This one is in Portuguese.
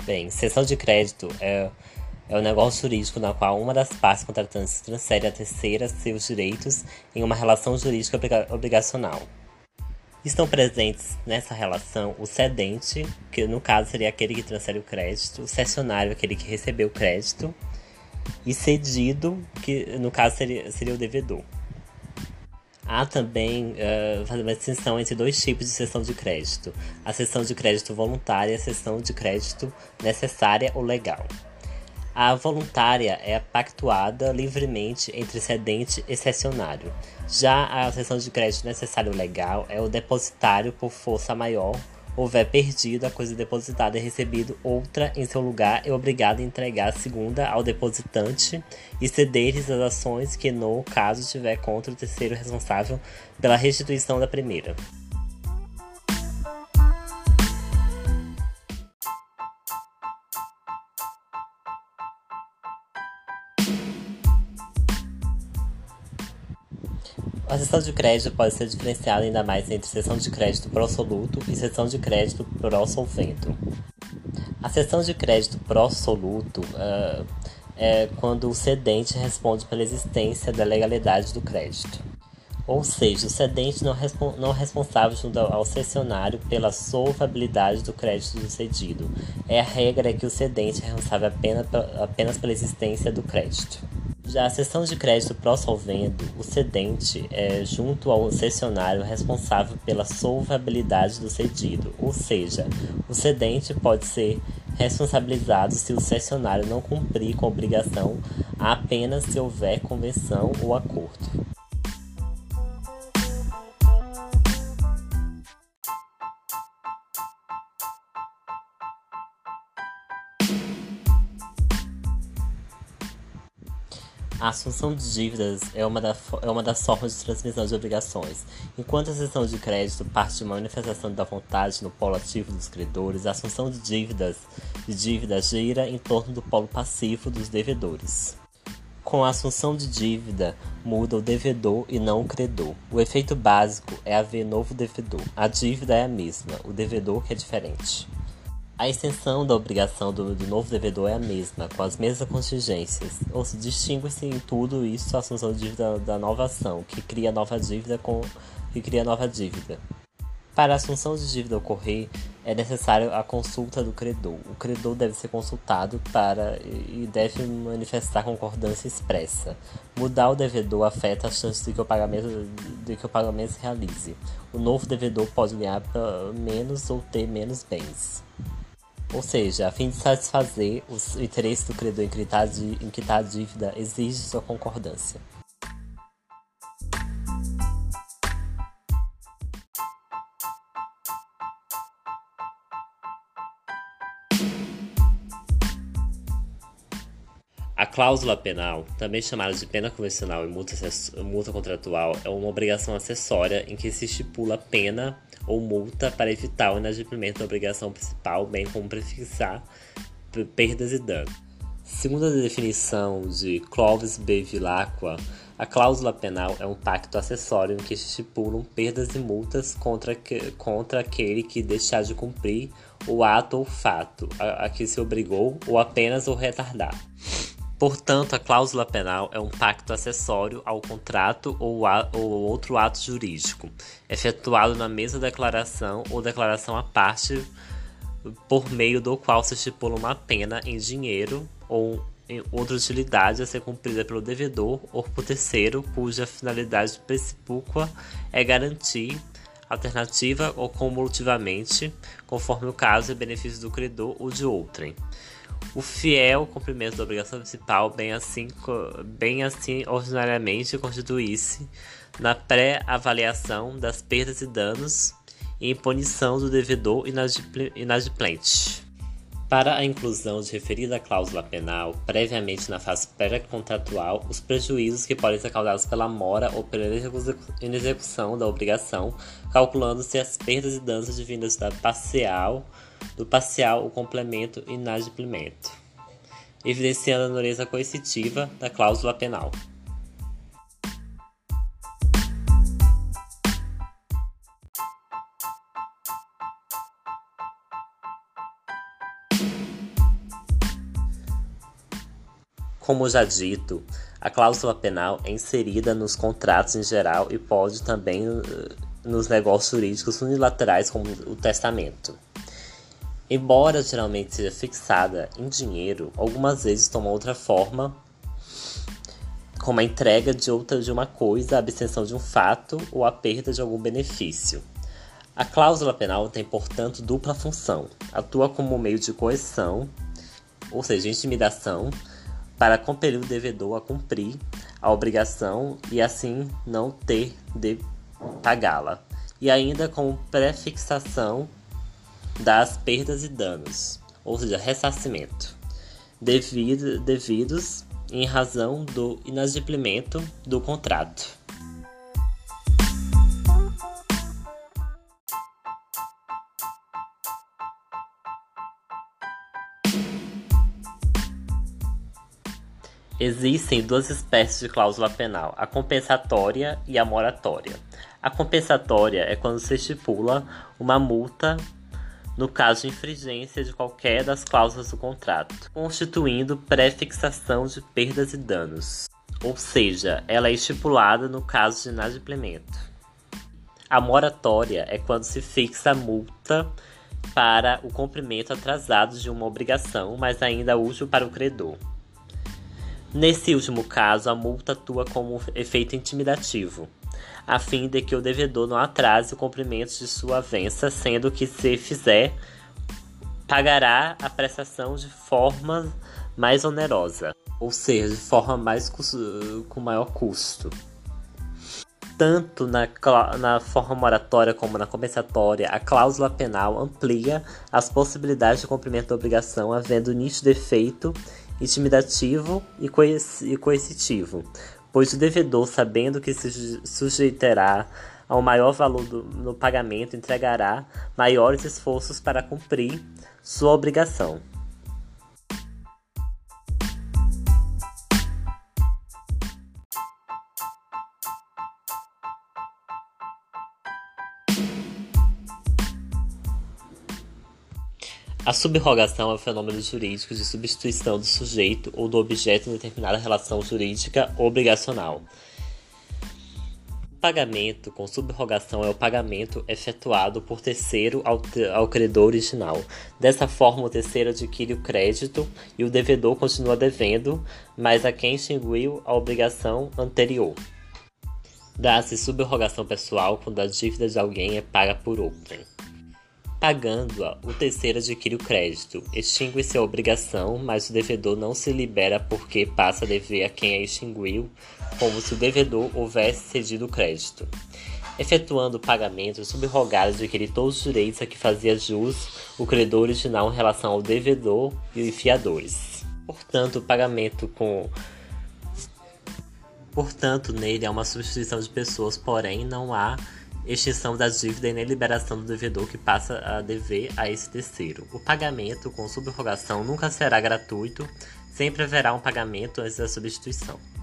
Bem, cessão de crédito é o negócio jurídico na qual uma das partes contratantes transfere à terceira seus direitos em uma relação jurídica obrigacional. Estão presentes nessa relação o cedente, que no caso seria aquele que transfere o crédito, o cessionário, aquele que recebeu o crédito, e cedido, que no caso seria o devedor. Há também uma distinção entre dois tipos de cessão de crédito: a cessão de crédito voluntária e a cessão de crédito necessária ou legal. A voluntária é pactuada livremente entre cedente e cessionário. Já a cessão de crédito necessário ou legal é o depositário, por força maior, houver perdido a coisa depositada e recebido outra em seu lugar, é obrigado a entregar a segunda ao depositante e ceder-lhes as ações que, no caso, estiver contra o terceiro responsável pela restituição da primeira. A cessão de crédito pode ser diferenciada ainda mais entre cessão de crédito pró-soluto e cessão de crédito pró-solvento. A cessão de crédito pró-soluto é quando o cedente responde pela existência da legalidade do crédito. Ou seja, o cedente não é responsável junto ao cessionário pela solvabilidade do crédito do cedido. A regra é que o cedente é responsável apenas pela existência do crédito. Já a cessão de crédito pró-solvendo, o cedente é, junto ao cessionário, responsável pela solvabilidade do cedido, ou seja, o cedente pode ser responsabilizado se o cessionário não cumprir com a obrigação apenas se houver convenção ou acordo. A assunção de dívidas é uma das formas de transmissão de obrigações. Enquanto a cessão de crédito parte de uma manifestação da vontade no polo ativo dos credores, a assunção de dívidas gira em torno do polo passivo dos devedores. Com a assunção de dívida, muda o devedor e não o credor. O efeito básico é haver novo devedor. A dívida é a mesma, o devedor que é diferente. A extensão da obrigação do novo devedor é a mesma, com as mesmas contingências, ou se distingue-se em tudo isso a assunção de dívida da nova ação, que cria nova dívida Para a assunção de dívida ocorrer, é necessário a consulta do credor. O credor deve ser consultado e deve manifestar concordância expressa. Mudar o devedor afeta as chances de que o pagamento se realize. O novo devedor pode ganhar menos ou ter menos bens. Ou seja, a fim de satisfazer os interesses do credor em quitar a dívida, exige sua concordância. A cláusula penal, também chamada de pena convencional e multa contratual, é uma obrigação acessória em que se estipula pena ou multa para evitar o inadimplemento da obrigação principal, bem como prefixar perdas e danos. Segundo a definição de Clovis B. Vilacqua, a cláusula penal é um pacto acessório em que se estipulam perdas e multas contra aquele que deixar de cumprir o ato ou fato a que se obrigou ou apenas o retardar. Portanto, a cláusula penal é um pacto acessório ao contrato ou outro ato jurídico, efetuado na mesma declaração ou declaração à parte, por meio do qual se estipula uma pena em dinheiro ou em outra utilidade a ser cumprida pelo devedor ou por terceiro, cuja finalidade precípua é garantir, alternativa ou cumulativamente, conforme o caso, e benefício do credor ou de outrem, o fiel cumprimento da obrigação principal, bem assim ordinariamente constitui-se na pré-avaliação das perdas e danos e impunição do devedor inadimplente. Para a inclusão de referida cláusula penal, previamente na fase pré-contratual, os prejuízos que podem ser causados pela mora ou pela inexecução da obrigação, calculando-se as perdas e danos advindas do parcial ou complemento e inadimplemento, evidenciando a natureza coercitiva da cláusula penal. Como já dito, a cláusula penal é inserida nos contratos em geral e pode também nos negócios jurídicos unilaterais, como o testamento. Embora geralmente seja fixada em dinheiro, algumas vezes toma outra forma, como a entrega de uma coisa, a abstenção de um fato ou a perda de algum benefício. A cláusula penal tem, portanto, dupla função. Atua como meio de coerção, ou seja, intimidação, para compelir o devedor a cumprir a obrigação e assim não ter de pagá-la. E ainda como prefixação das perdas e danos, ou seja, ressarcimento, devidos em razão do inadimplemento do contrato. Existem duas espécies de cláusula penal, a compensatória e a moratória. A compensatória é quando se estipula uma multa no caso de infringência de qualquer das cláusulas do contrato, constituindo prefixação de perdas e danos, ou seja, ela é estipulada no caso de inadimplemento. A moratória é quando se fixa a multa para o cumprimento atrasado de uma obrigação, mas ainda útil para o credor. Nesse último caso, a multa atua como efeito intimidativo, a fim de que o devedor não atrase o cumprimento de sua avença, sendo que, se fizer, pagará a prestação de forma mais onerosa, ou seja, de forma com maior custo. Tanto na forma moratória como na compensatória, a cláusula penal amplia as possibilidades de cumprimento da obrigação, havendo nítido efeito intimidativo e coercitivo, pois o devedor, sabendo que se sujeitará ao maior valor no pagamento, entregará maiores esforços para cumprir sua obrigação. A subrogação é um fenômeno jurídico de substituição do sujeito ou do objeto em determinada relação jurídica obrigacional. O pagamento com subrogação é o pagamento efetuado por terceiro ao credor original. Dessa forma, o terceiro adquire o crédito e o devedor continua devendo, mas a quem extinguiu a obrigação anterior. Dá-se subrogação pessoal quando a dívida de alguém é paga por outrem. Pagando-a, o terceiro adquire o crédito, extingue-se a obrigação, mas o devedor não se libera porque passa a dever a quem a extinguiu, como se o devedor houvesse cedido o crédito. Efetuando o pagamento, o subrogado adquire todos os direitos a que fazia jus o credor original em relação ao devedor e os fiadores. Portanto, nele há uma substituição de pessoas, porém não há extinção da dívida e nem liberação do devedor que passa a dever a esse terceiro. O pagamento com subrogação nunca será gratuito, sempre haverá um pagamento antes da substituição.